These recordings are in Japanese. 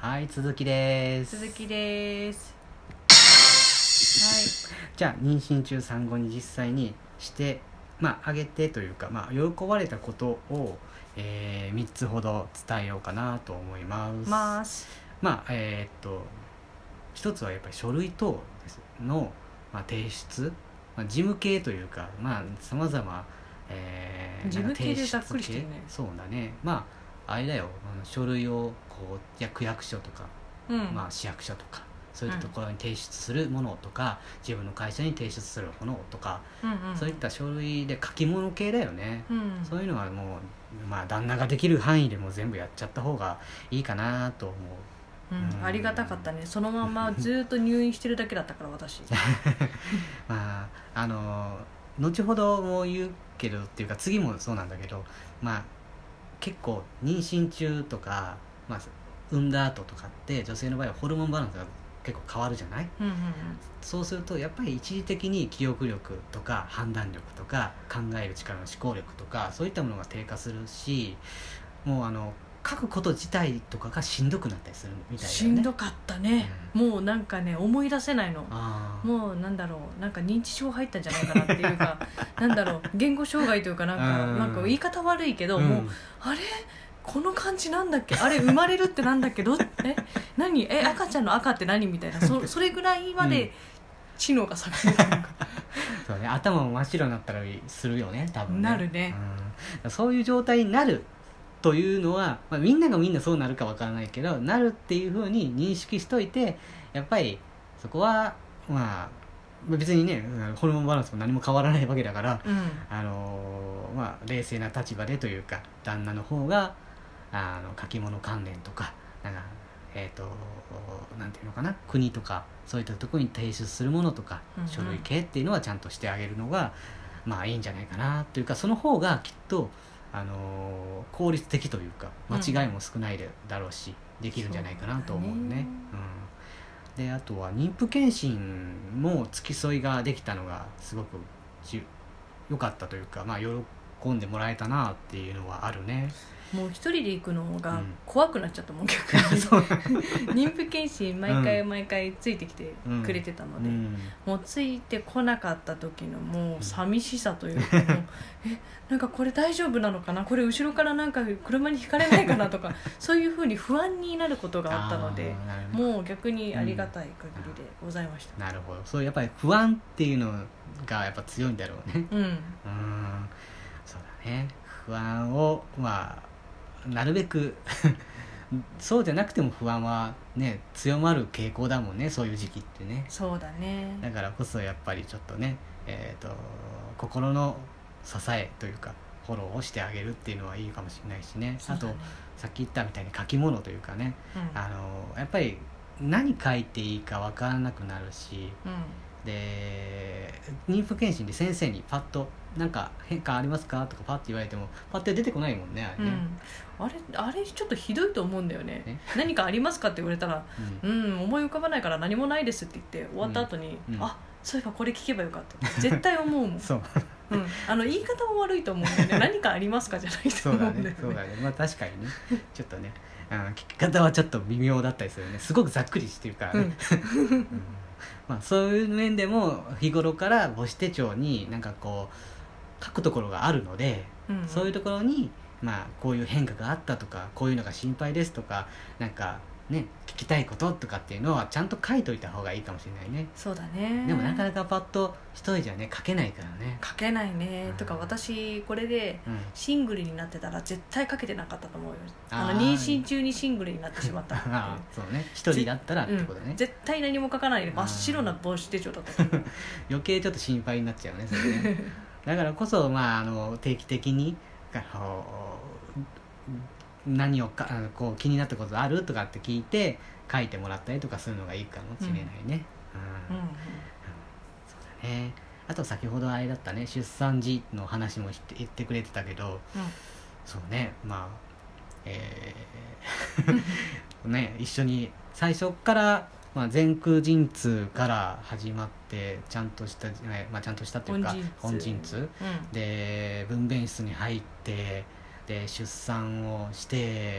はい、続きです。 鈴木です。 じゃあ妊娠中産後に実際にしてあげてというか、喜ばれたことを、3つほど伝えようかなと思います。一つはやっぱり書類等の、提出、事務系というかさまざま事務系でざっくりしてるね。 そうだね。あれだよ、書類をこう区役所とか、市役所とかそういったところに提出するものとか、自分の会社に提出するものとか、そういった書類で書き物系だよね、そういうのはもう、旦那ができる範囲でも全部やっちゃった方がいいかなと思う。 ありがたかったね。そのままずっと入院してるだけだったから私後ほども言うけどっていうか次もそうなんだけど、結構妊娠中とか、産んだ後とかって女性の場合はホルモンバランスが結構変わるじゃない、そうするとやっぱり一時的に記憶力とか判断力とか考える力の思考力とかそういったものが低下するし、もう書くこと自体とかがしんどくなったりするみたいだよね。 しんどかったね、もうなんかね思い出せないの。もうなんだろう、なんか認知症入ったんじゃないかなっていうかなんだろう、言語障害というかなんか言い方悪いけど、もうあれこの漢字なんだっけ、あれ生まれるってなんだっけ、何赤ちゃんの赤って何みたいな、それぐらいまで知能が下がるそうね、頭も真っ白になったりするよね、多分ね。 なるね、 そういう状態になるというのは、みんながみんなそうなるかわからないけど、なるっていう風に認識しといて、やっぱりそこは別にねホルモンバランスも何も変わらないわけだから、冷静な立場でというか、旦那の方が書き物関連とかなんていうのかな、国とかそういったところに提出するものとか、書類系っていうのはちゃんとしてあげるのがいいんじゃないかなというか、その方がきっと効率的というか間違いも少ないだろうし、できるんじゃないかなと思うね。であとは妊婦健診も付き添いができたのがすごく良かったというか、喜んでもらえたなっていうのはあるね。 もう一人で行くのが怖くなっちゃったもん、逆に妊婦健診毎回ついてきてくれてたので、もうついてこなかった時のもう寂しさというか、もうなんかこれ大丈夫なのかな、これ後ろからなんか車にひかれないかなとかそういう風に不安になることがあったので、もう逆にありがたい限りでございました。 なるほど、そうやっぱり不安っていうのがやっぱ強いんだろうね。そうだね、不安をなるべくそうじゃなくても不安はね強まる傾向だもんね、そういう時期ってね。 そうだね。 だからこそやっぱりちょっとね、心の支えというかフォローをしてあげるっていうのはいいかもしれないしね。あとさっき言ったみたいに書き物というかね、やっぱり何書いていいか分からなくなるし、で妊婦健診で先生にパッとなんか変化ありますかとかパッて言われてもパッて出てこないもんね、 あれちょっとひどいと思うんだよね。何かありますかって言われたら、思い浮かばないから何もないですって言って終わった後に、そういえばこれ聞けばよかったって絶対思うもんそう、 言い方も悪いと思うんだよね何かありますかじゃないと思うんだよね。 そうだね、確かにねちょっとね聞き方はちょっと微妙だったりするね。すごくざっくりしてるからね、そういう面でも日頃から母子手帳になんかこう書くところがあるので、そういうところにこういう変化があったとか、こういうのが心配ですとか、なんかね聞きたいこととかっていうのはちゃんと書いといた方がいいかもしれないね。 そうだね。 でもなかなかパッと一人じゃね書けないからね。 書けないね、とか私これでシングルになってたら絶対書けてなかったと思うよ。妊娠中にシングルになってしまったそうね、一人だったらってことね、 絶対何も書かないで真っ白な母子手帳だったから余計ちょっと心配になっちゃうね、それねだからこそ定期的に何をこう気になったことあるとかって聞いて書いてもらったりとかするのがいいかもしれないね。そうだね。あと先ほどあれだったね、出産時の話も言ってくれてたけど、そうね、ね、一緒に最初から前空陣痛から始まってちゃんとしたというか本陣痛、で分娩室に入ってで出産をして、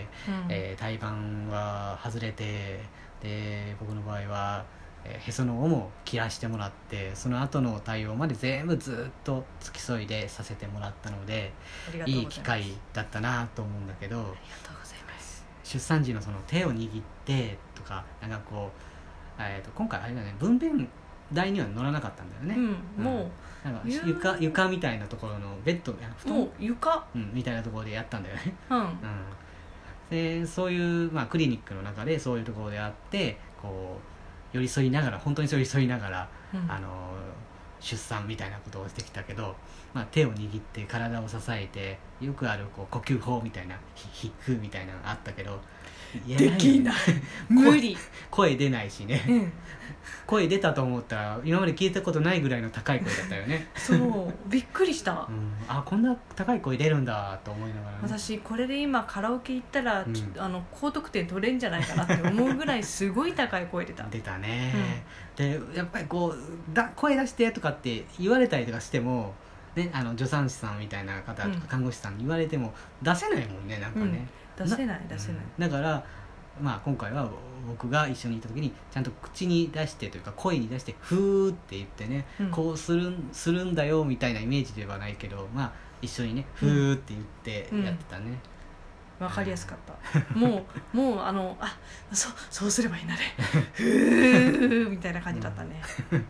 胎盤は外れて、で僕の場合は、へその緒も切らしてもらって、その後の対応まで全部ずっと付き添いでさせてもらったので、いい機会だったなと思うんだけど、ありがとうございます。 出産時のその手を握ってとか、なんかこう、今回あれだね、分娩台には乗らなかったんだよね、 もうなんか床みたいなところのベッド、布団、 もう床、 みたいなところでやったんだよね、でそういう、クリニックの中でそういうところであって、こう寄り添いながら、本当に寄り添いながら、出産みたいなことをしてきたけど、手を握って体を支えて、よくあるこう呼吸法みたいな、引くみたいなのがあったけど、 できない無理、 声出ないしね、声出たと思ったら今まで聞いたことないぐらいの高い声だったよねそうびっくりした、 こんな高い声出るんだと思いながら、ね、 私これで今カラオケ行ったら、高得点取れんじゃないかなって思うぐらいすごい高い声出た出たね、でやっぱりこう声出してとかって言われたりとかしてもね、助産師さんみたいな方とか看護師さんに言われても出せないもんね、なんかね、 出せない、 だから、今回は僕が一緒にいた時にちゃんと口に出してというか声に出してふーって言ってね、こうするんだよみたいなイメージではないけど、一緒にねふーって言ってやってたね、 わかりやすかったもうそうすればいいんだねふーみたいな感じだったね、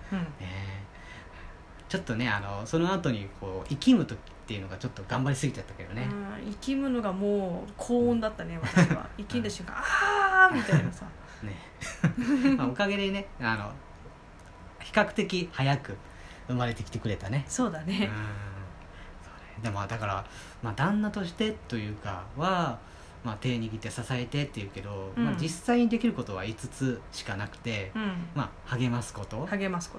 ちょっとねその後にこう生きむ時っていうのがちょっと頑張りすぎちゃったけどね、 生きむのがもう高音だったね、私は生きんだ瞬間あーみたいなさねおかげでね比較的早く生まれてきてくれたね。 そうだね、 でもだから、旦那としてというかは、手握って支えてっていうけど、実際にできることは5つしかなくて、励ますこと、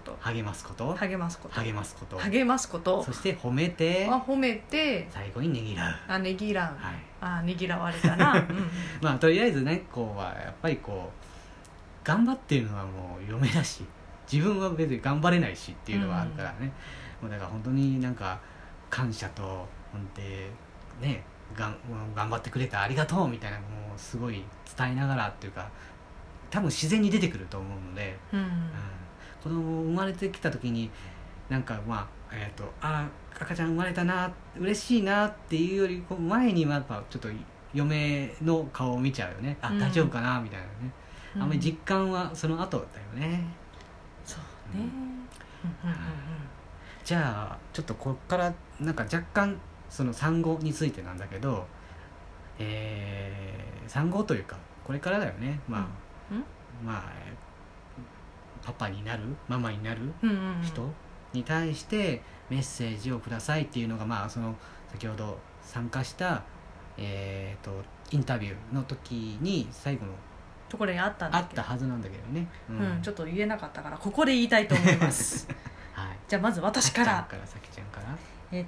そして褒めて、最後にねぎらう、 ねぎらわれたな、 とりあえずねこうはやっぱりこう頑張ってるのはもう嫁だし、自分は別に頑張れないしっていうのはあるからね、もうだから本当になんか感謝とほんでね頑張ってくれてありがとうみたいなのをすごい伝えながらっていうか、多分自然に出てくると思うので、子供生まれてきた時になんか赤ちゃん生まれたな嬉しいなっていうより前にはやっぱちょっと嫁の顔を見ちゃうよね、大丈夫かなみたいなね、あんまり実感はその後だよね。 そうね、 じゃあちょっとこっからなんか若干その産後についてなんだけど、産後というかこれからだよね、パパになるママになる人に対してメッセージをくださいっていうのが、その先ほど参加した、インタビューの時に最後のところにあったはずなんだけどね、 ちょっと言えなかったからここで言いたいと思いますじゃあまず私からさきちゃんから、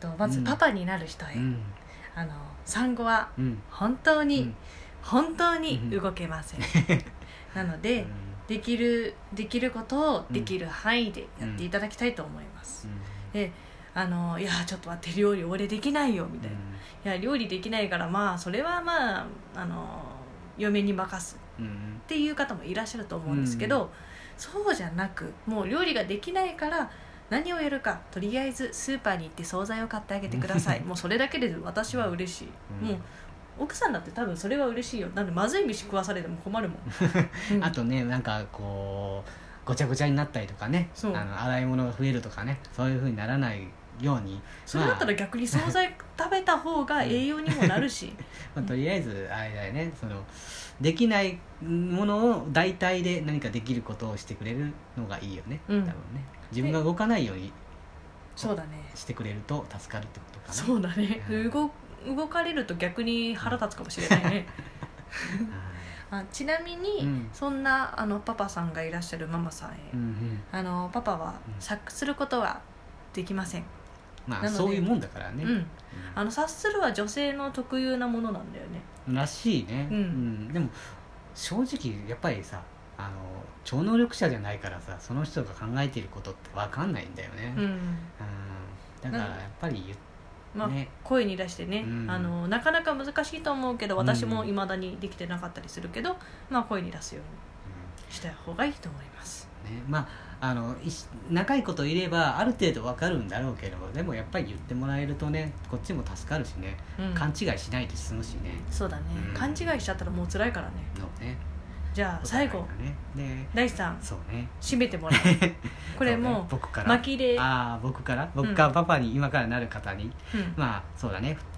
まずパパになる人へ、産後は本当に、本当に動けません、なので、できることをできる範囲でやっていただきたいと思います、でいやちょっと待って料理俺できないよみたいな、いや料理できないからそれは嫁に任すっていう方もいらっしゃると思うんですけど、そうじゃなくもう料理ができないから何をやるか、とりあえずスーパーに行って惣菜を買ってあげてくださいもうそれだけで私は嬉しい、もう奥さんだって多分それは嬉しいよ、なんでまずい飯食わされても困るもんあとねなんかこうごちゃごちゃになったりとかね、洗い物が増えるとかね、そういう風にならないように、 それだったら逆に惣菜食べた方が栄養にもなるしとりあえずあれだよね、そのできないものを代替で何かできることをしてくれるのがいいよね、多分ね自分が動かないようにそうだねしてくれると助かるってことかな。 そうだね、動かれると逆に腹立つかもしれないねちなみに、そんなパパさんがいらっしゃるママさんへ、パパは察することはできません、 そういうもんだからね、 察するは女性の特有なものなんだよねらしいね、でも正直やっぱりさ超能力者じゃないからさ、その人が考えていることって分かんないんだよね、だからやっぱり声に出してね、なかなか難しいと思うけど私もいまだにできてなかったりするけど、声に出すようにした方がいいと思います、 仲いいこといればある程度わかるんだろうけど、でもやっぱり言ってもらえるとねこっちも助かるしね、勘違いしないで済むしね。 そうだね、勘違いしちゃったらもう辛いからね。 そうね。 じゃあ最後、大地さん、 そうね、 締めてもらうこれもう僕から巻きで、 僕がパパに今からなる方に、そうだね、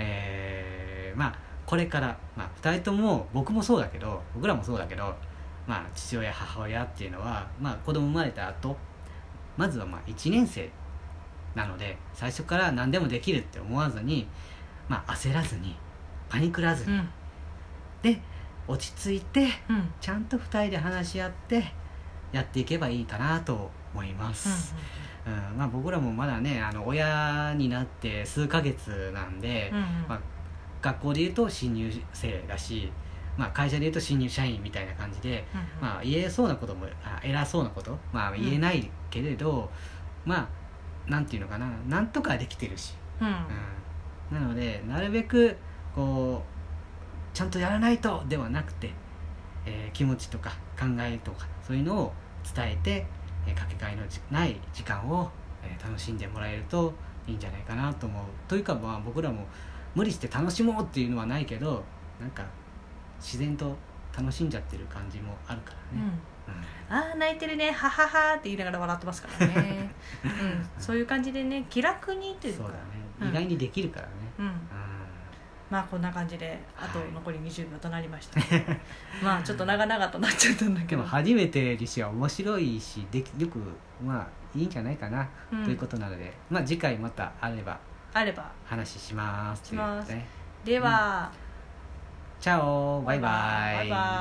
これから、2人とも僕もそうだけど僕らもそうだけど、父親母親っていうのは、子供生まれた後まずは1年生なので最初から何でもできるって思わずに、焦らずにパニクらずに、で落ち着いて、ちゃんと2人で話し合ってやっていけばいいかなと思います、僕らもまだね親になって数ヶ月なんで、学校でいうと新入生だし、会社でいうと新入社員みたいな感じで、言えそうなことも偉そうなこと、言えないけれど、なんていうのかな、なんとかできてるし、なのでなるべくこうちゃんとやらないとではなくて、気持ちとか考えとかそういうのを伝えて、かけがえのない時間を、楽しんでもらえるといいんじゃないかなと思う。というか僕らも無理して楽しもうっていうのはないけど、なんか自然と楽しんじゃってる感じもあるからね、 泣いてるねはははって言いながら笑ってますからね、そういう感じでね気楽にっていうか、 そうだね、意外にできるからね、 こんな感じであと残り20秒となりました、ちょっと長々となっちゃったんだけど、 でも初めてにしては面白いしよくいいんじゃないかな、ということなので、次回またあれば話しますということで、 では、 チャオバイバイ。